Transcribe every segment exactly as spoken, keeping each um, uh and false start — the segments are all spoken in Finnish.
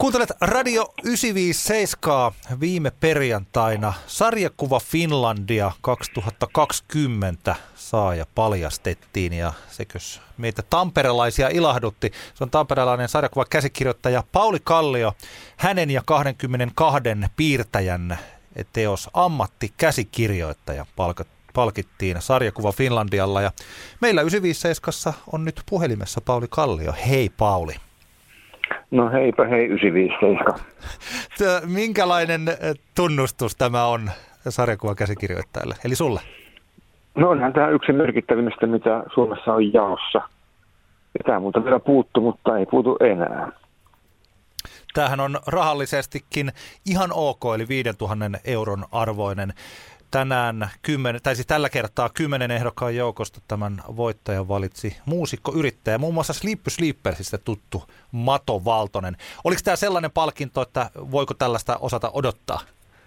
Kuuntelet Radio yhdeksänsataaviisikymmentäseitsemän viime perjantaina. Sarjakuva Finlandia kaksituhattakaksikymmentä saaja paljastettiin ja sekös meitä tamperelaisia ilahdutti. Se on tamperelainen sarjakuva käsikirjoittaja Pauli Kallio. Hänen ja kaksikymmentäkaksi piirtäjän teos Ammattikäsikirjoittaja palkittiin Sarjakuva Finlandialla. Ja meillä yhdeksänsataaviisikymmentäseitsemän on nyt puhelimessa Pauli Kallio. Hei Pauli. No heipä hei yhdeksänsataaviisikymmentäseitsemän. Minkälainen tunnustus tämä on sarjakuvakäsikirjoittajalle, eli sulle? No onhan tämä yksi merkittävimmistä, mitä Suomessa on jaossa. Ja tämä muuta vielä puuttu, mutta ei puutu enää. Tämähän on rahallisestikin ihan ok, eli viisituhatta euron arvoinen. Tänään kymmenen, tai siis tällä kertaa kymmenen ehdokkaan joukosta tämän voittajan valitsi muusikko, yrittäjä, muun muassa Sleepy Sleepersistä tuttu Mato Valtonen. Oliko tämä sellainen palkinto, että voiko tällaista osata odottaa?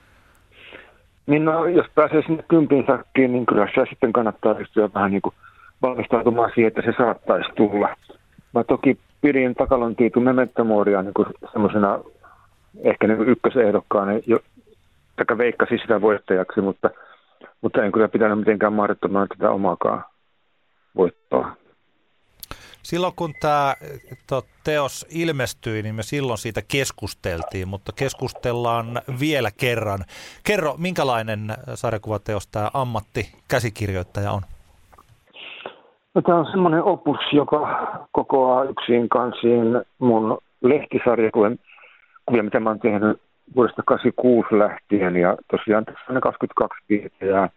Niin no, jos pääsee sinne kympin sakkiin, niin kyllä se sitten kannattaa pystyä vähän niin kuin valmistautumaan siihen, että se saattaisi tulla. Mä toki pidin Takalon Tiitu Memento Moria niin semmoisena ehkä niin ykkösehdokkaana, joka veikkasi sitä voittajaksi, mutta, mutta en kyllä pitänyt mitenkään mahdottomaan tätä omaakaan voittoa. Silloin kun tämä teos ilmestyi, niin me silloin siitä keskusteltiin, mutta keskustellaan vielä kerran. Kerro, minkälainen sarjakuvateos tämä Ammattikäsikirjoittaja on? No, tämä on semmoinen opus, joka kokoaa yksin kansiin mun lehtisarjakuvia, mitä mä oon tehnyt vuodesta kahdeksankymmentäkuusi lähtien, ja tosiaan tässä on ne kaksikymmentäkaksi piirtejää.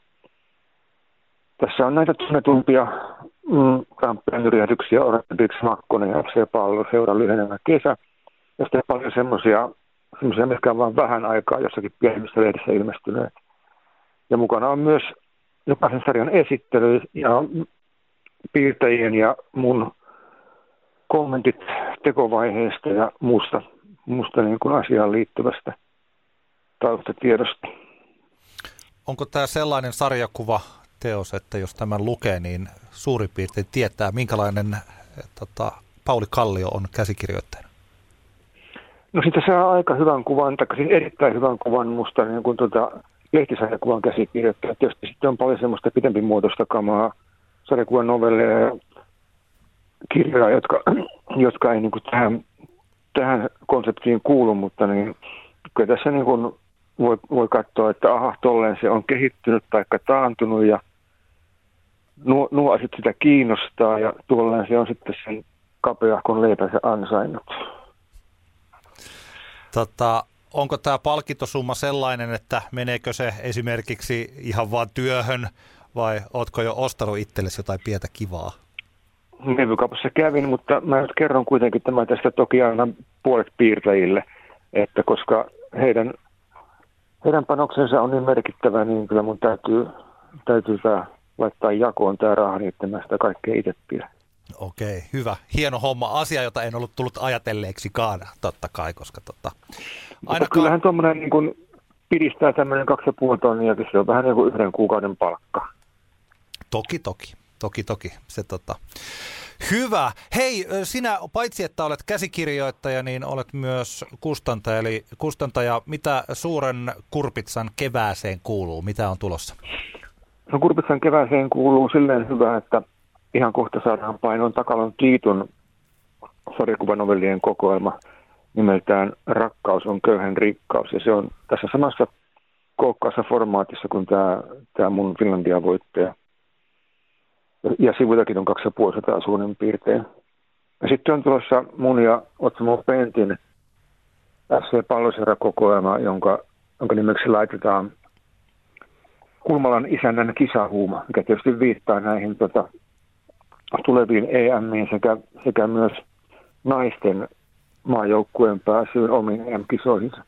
Tässä on näitä tunnetumpia mm, Tampereen yrjähdyksiä, Orrepix, Makkonen ja F C Pallo, Seura lyhenevä kesä. Ja sitten paljon semmoisia, semmoisia, mitkä on vain vähän aikaa jossakin pienemmissä lehdissä ilmestyneet. Ja mukana on myös jokaisen sarjan esittely ja piirtäjien ja mun kommentit tekovaiheesta ja muusta, muusta niin kuin asiaan liittyvästä taustatiedosta. Onko tämä sellainen sarjakuvateos, että jos tämän lukee, niin suurin piirtein tietää, minkälainen tota, Pauli Kallio on käsikirjoittajana? No siitä saa aika hyvän kuvan, tai siis erittäin hyvän kuvan musta niin kuin tuota, lehtisarjakuvan käsikirjoittaja. Tietysti sitten on paljon semmoista pitempimuotoista kamaa, sarjakuvan novelleja ja kirjoja, jotka, jotka ei niin kuin tähän, tähän konseptiin kuulu, mutta niin, kyllä tässä niin kuin voi, voi katsoa, että aha, tolleen se on kehittynyt tai taantunut ja nuo, nuo asiat sitä kiinnostaa ja tuolleen se on sitten sen kapeahkon leipänsä ansainnut. Tota, onko tämä palkintosumma sellainen, että meneekö se esimerkiksi ihan vaan työhön vai ootko jo ostanut itsellesi jotain pientä kivaa? Levykaupassa kävin, mutta mä nyt kerron kuitenkin tämän tästä toki aina puolet piirtäjille, että koska heidän, heidän panoksensa on niin merkittävä, niin kyllä mun täytyy, täytyy tää laittaa jakoon tämä raha, niin että mä sitä kaikkea itse pidän. Okei, hyvä. Hieno homma. Asia, jota en ollut tullut ajatelleeksikaan, totta kai, koska tota... Ainakaan... Kyllähän tuommoinen niin kun pidistää tämmöinen kaksi ja puoli tonnia, se on vähän niin kuin yhden kuukauden palkka. Toki, toki. Toki, toki. Se, tota... Hyvä. Hei, sinä paitsi, että olet käsikirjoittaja, niin olet myös kustantaja. Eli kustantaja, mitä Suuren Kurpitsan kevääseen kuuluu? Mitä on tulossa? No Kurpitsan kevääseen kuuluu silleen hyvä, että ihan kohta saadaan painoon Takalon Tiitun sarjakuvanovellien kokoelma nimeltään Rakkaus on köyhän rikkaus. Ja se on tässä samassa kookkaassa formaatissa kuin tämä, tämä mun Finlandia-voittaja. Ja sivuitakin on kaksi ja puoli sataa suurin piirtein. Ja sitten on tulossa mun ja Otsamo Pentin F C Palloseura-kokoelma, jonka, jonka nimeksi laitetaan Kulmalan isännän kisahuuma, mikä tietysti viittaa näihin tota, tuleviin E M:iin sekä, sekä myös naisten maajoukkueen pääsyyn omiin E M-kisoihinsa.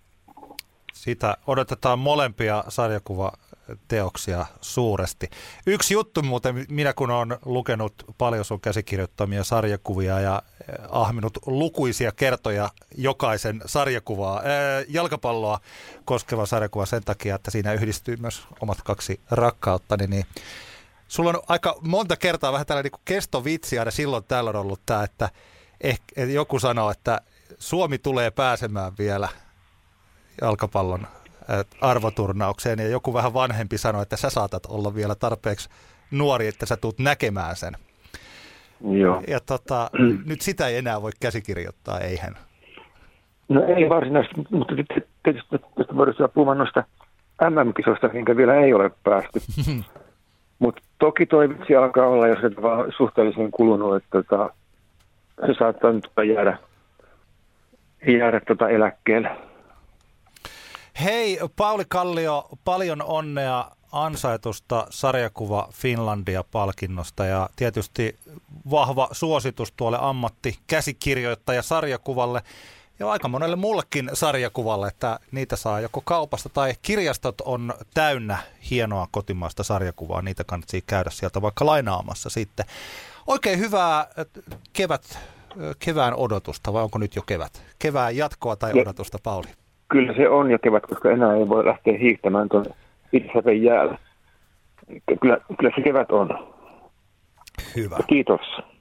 Sitä odotetaan molempia sarjakuvateoksia suuresti. Yksi juttu muuten, minä kun olen lukenut paljon sun käsikirjoittamia sarjakuvia ja ahminut lukuisia kertoja jokaisen sarjakuvaa, ää, jalkapalloa koskevan sarjakuva sen takia, että siinä yhdistyy myös omat kaksi rakkauttani, niin sulla on aika monta kertaa vähän tällainen niin kuin kestovitsi aina silloin täällä on ollut tämä, että ehkä joku sanoo, että Suomi tulee pääsemään vielä jalkapallon arvoturnaukseen, ja joku vähän vanhempi sanoi, että sä saatat olla vielä tarpeeksi nuori, että sä tuut näkemään sen. Joo. Ja tota, mm. nyt sitä ei enää voi käsikirjoittaa, eihän? No ei varsinaisesti, mutta tietysti tästä voidaan puhua noista M M-kisoista, minkä vielä ei ole päästy. Mutta toki toi vitsi alkaa olla, jos se vaan suhteellisen kulunut, että tota, se saattaa nyt jäädä, jäädä tota eläkkeelle. Hei Pauli Kallio, paljon onnea ansaitusta Sarjakuva Finlandia-palkinnosta ja tietysti vahva suositus tuolle ammattikäsikirjoittaja sarjakuvalle ja aika monelle mullekin sarjakuvalle, että niitä saa joko kaupasta tai kirjastot on täynnä hienoa kotimaista sarjakuvaa, niitä kannattaa käydä sieltä vaikka lainaamassa sitten. Oikein hyvää kevät, kevään odotusta, vai onko nyt jo kevät? Kevään jatkoa tai odotusta, Pauli? Kyllä se on jo kevät, koska enää ei voi lähteä hiihtämään tuon Itsaveen jäällä. Kyllä, kyllä se kevät on. Hyvä. Kiitos.